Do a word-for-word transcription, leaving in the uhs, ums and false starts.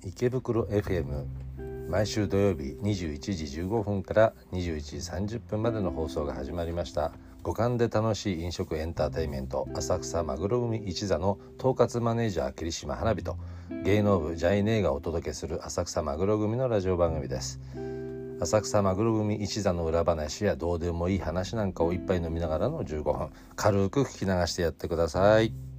池袋 エフエム、 毎週土曜日にじゅういちじじゅうごふんからにじゅういちじさんじゅっぷんまでの放送が始まりました。五感で楽しい飲食エンターテインメント、浅草マグロ組一座の統括マネージャー霧島花火と芸能部ジャイネーがお届けする浅草マグロ組のラジオ番組です。浅草マグロ組一座の裏話やどうでもいい話なんかを一杯飲みながらのじゅうごふん、軽く聞き流してやってください。